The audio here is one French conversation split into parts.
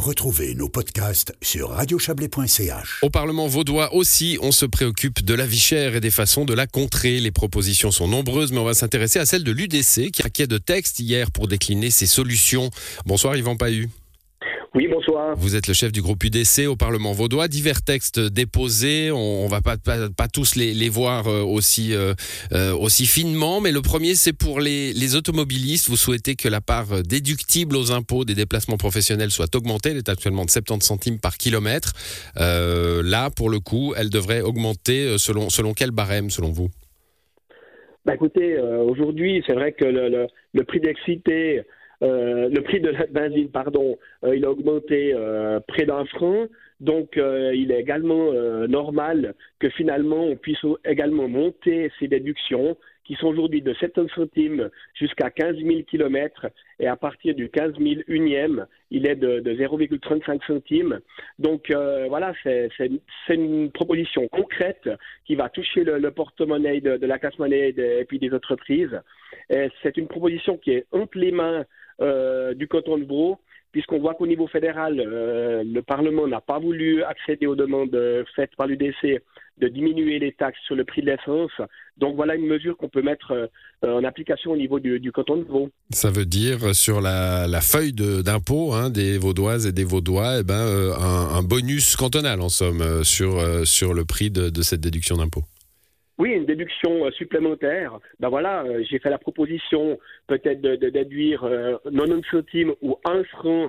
Retrouvez nos podcasts sur radiochablais.ch. Au Parlement vaudois aussi, on se préoccupe de la vie chère et des façons de la contrer. Les propositions sont nombreuses, mais on va s'intéresser à celle de l'UDC qui a paquet de textes hier pour décliner ses solutions. Bonsoir Yvan Pahu. Oui, bonsoir. Vous êtes le chef du groupe UDC au Parlement vaudois. Divers textes déposés, on va pas tous les voir aussi finement, mais le premier c'est pour les automobilistes. Vous souhaitez que la part déductible aux impôts des déplacements professionnels soit augmentée. Elle est actuellement de 70 centimes par kilomètre. Là, pour le coup, elle devrait augmenter selon quel barème, selon vous ? Écoutez, aujourd'hui, c'est vrai que le prix d'excité... le prix de la benzine, il a augmenté près d'un franc. Donc, il est également normal que finalement, on puisse également monter ces déductions qui sont aujourd'hui de 70 centimes jusqu'à 15 000 km. Et à partir du 15 000 unième, il est de 0,35 centimes. Donc, voilà, c'est une proposition concrète qui va toucher le porte-monnaie de la classe moyenne et puis des entreprises. Et c'est une proposition qui est entre les mains du canton de Vaud, puisqu'on voit qu'au niveau fédéral, le Parlement n'a pas voulu accéder aux demandes faites par l'UDC de diminuer les taxes sur le prix de l'essence. Donc voilà une mesure qu'on peut mettre en application au niveau du canton de Vaud. Ça veut dire sur la feuille d'impôt des Vaudoises et des Vaudois, un bonus cantonal en somme sur le prix de cette déduction d'impôt. Oui, une déduction supplémentaire. J'ai fait la proposition peut-être de déduire 90 centimes ou 1 franc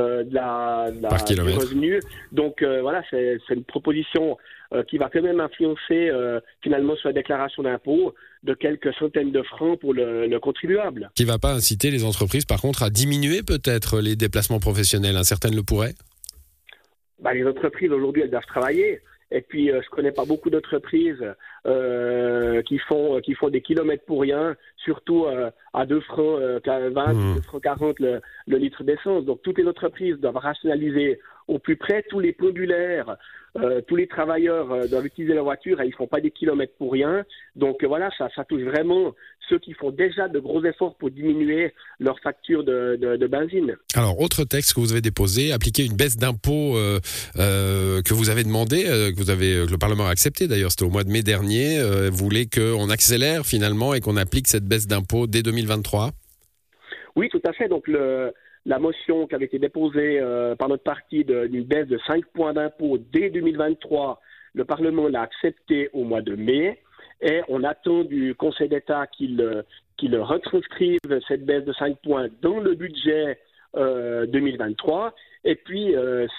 du revenu. Donc c'est une proposition qui va quand même influencer finalement sur la déclaration d'impôt de quelques centaines de francs pour le contribuable. Qui ne va pas inciter les entreprises par contre à diminuer peut-être les déplacements professionnels. Certaines le pourraient. Les entreprises aujourd'hui elles doivent travailler. Et puis, je connais pas beaucoup d'entreprises qui font des kilomètres pour rien, surtout à 2 francs 20, 2 francs 40 le litre d'essence. Donc, toutes les entreprises doivent rationaliser au plus près. Tous les pendulaires, tous les travailleurs doivent utiliser la voiture et ils font pas des kilomètres pour rien. Donc, ça touche vraiment ceux qui font déjà de gros efforts pour diminuer leur facture de benzine. Alors, autre texte que vous avez déposé, appliquer une baisse d'impôt que vous avez demandé, que le Parlement a accepté d'ailleurs, c'était au mois de mai dernier. Vous voulez qu'on accélère finalement et qu'on applique cette baisse d'impôt dès 2023 ? Oui, tout à fait. Donc, la motion qui avait été déposée par notre parti d'une baisse de 5 points d'impôt dès 2023, le Parlement l'a accepté au mois de mai. Et on attend du Conseil d'État qu'il retranscrive cette baisse de 5 points dans le budget 2023. Et puis,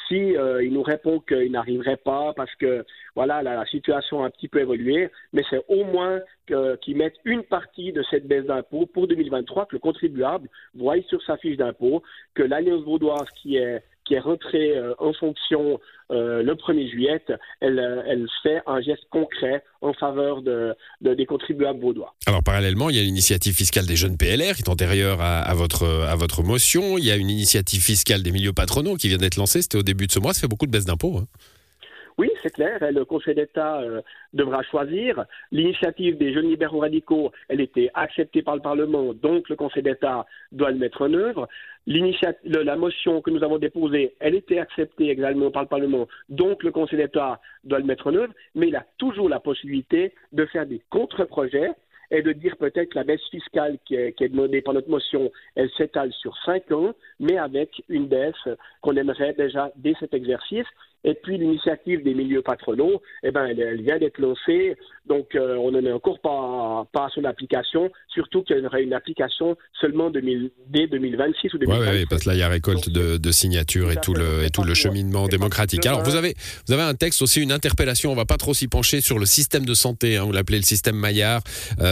il nous répond qu'il n'arriverait pas parce que la situation a un petit peu évolué, mais c'est au moins qu'ils mettent une partie de cette baisse d'impôt pour 2023, que le contribuable voie sur sa fiche d'impôt, que l'Alliance vaudoise qui est rentrée en fonction le 1er juillet, elle fait un geste concret en faveur des contribuables vaudois. Alors parallèlement, il y a l'initiative fiscale des jeunes PLR qui est antérieure à votre motion. Il y a une initiative fiscale des milieux patronaux qui vient d'être lancée, c'était au début de ce mois, ça fait beaucoup de baisse d'impôts. Oui, c'est clair, le Conseil d'État devra choisir. L'initiative des jeunes libéraux radicaux, elle était acceptée par le Parlement, donc le Conseil d'État doit le mettre en œuvre. La motion que nous avons déposée, elle était acceptée également par le Parlement, donc le Conseil d'État doit le mettre en œuvre, mais il a toujours la possibilité de faire des contre-projets et de dire peut-être que la baisse fiscale qui est demandée par notre motion, elle s'étale sur 5 ans, mais avec une baisse qu'on aimerait déjà dès cet exercice. Et puis l'initiative des milieux patronaux, elle vient d'être lancée, donc on n'en est encore pas à son application, surtout qu'il y aura une application seulement dès 2026 ou 2027. Oui, parce que là il y a récolte de signatures et tout le cheminement démocratique. Alors vous avez un texte aussi, une interpellation, on va pas trop s'y pencher sur le système de santé, vous l'appelez le système Maillard.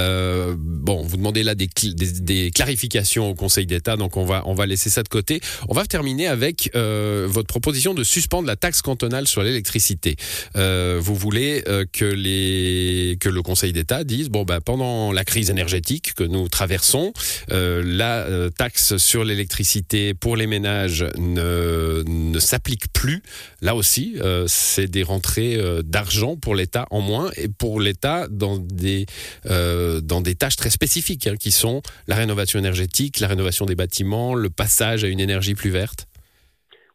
Vous demandez là des clarifications au Conseil d'État, donc on va laisser ça de côté. On va terminer avec votre proposition de suspendre la taxe cantonale sur l'électricité. Vous voulez que le Conseil d'État dise pendant la crise énergétique que nous traversons, la taxe sur l'électricité pour les ménages ne s'applique plus. Là aussi, c'est des rentrées d'argent pour l'État en moins et pour l'État dans des tâches très spécifiques qui sont la rénovation énergétique, la rénovation des bâtiments, le passage à une énergie plus verte.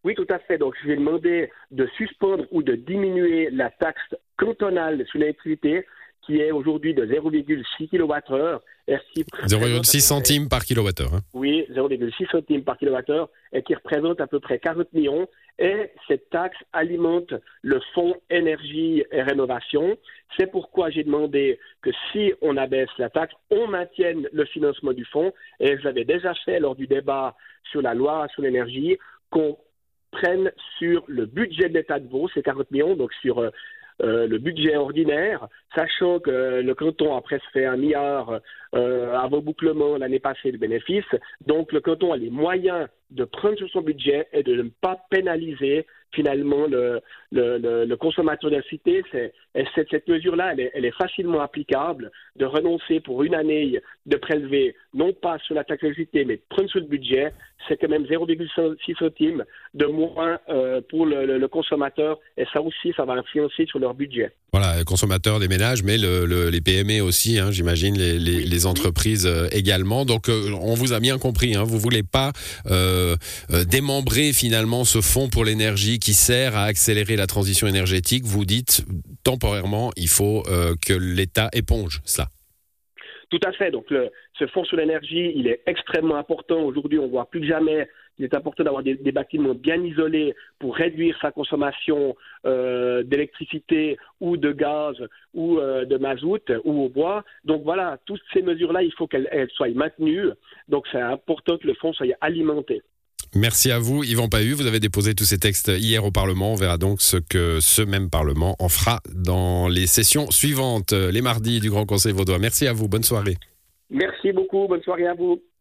Oui, tout à fait. Donc, je vais demander de suspendre ou de diminuer la taxe cantonale sur l'électricité qui est aujourd'hui de 0,6 kWh. 0,6 centimes par kilowattheure. Hein. Oui, 0,6 centimes par kilowattheure et qui représente à peu près 40 millions. Et cette taxe alimente le fonds énergie et rénovation. C'est pourquoi j'ai demandé que si on abaisse la taxe, on maintienne le financement du fonds. Et je l'avais déjà fait lors du débat sur la loi sur l'énergie, qu'on prenne sur le budget de l'État de Vaud, c'est 40 millions, donc sur le budget ordinaire, sachant que le canton a presque fait 1 milliard avant bouclement l'année passée de bénéfices. Donc le canton a les moyens de prendre sur son budget et de ne pas pénaliser finalement le consommateur d'électricité. Cette mesure-là, elle est facilement applicable, de renoncer pour une année, de prélever non pas sur la taxe d'électricité, mais de prendre sur le budget. C'est quand même 0,6 centimes de moins pour le consommateur, et ça aussi, ça va influencer sur leur budget. Voilà, les consommateurs des ménages, mais les PME aussi, hein, j'imagine, les entreprises également. Donc, on vous a bien compris, hein, vous voulez pas démembrer finalement ce fonds pour l'énergie qui sert à accélérer la transition énergétique. Vous dites, temporairement, il faut que l'État éponge ça. Tout à fait. Donc, ce fonds sur l'énergie, il est extrêmement important. Aujourd'hui, on voit plus que jamais qu'il est important d'avoir des bâtiments bien isolés pour réduire sa consommation d'électricité ou de gaz ou de mazout ou au bois. Donc voilà, toutes ces mesures-là, il faut qu'elles soient maintenues. Donc c'est important que le fonds soit alimenté. Merci à vous, Yvan Pahu. Vous avez déposé tous ces textes hier au Parlement. On verra donc ce que ce même Parlement en fera dans les sessions suivantes, les mardis du Grand Conseil vaudois. Merci à vous. Bonne soirée. Merci beaucoup. Bonne soirée à vous.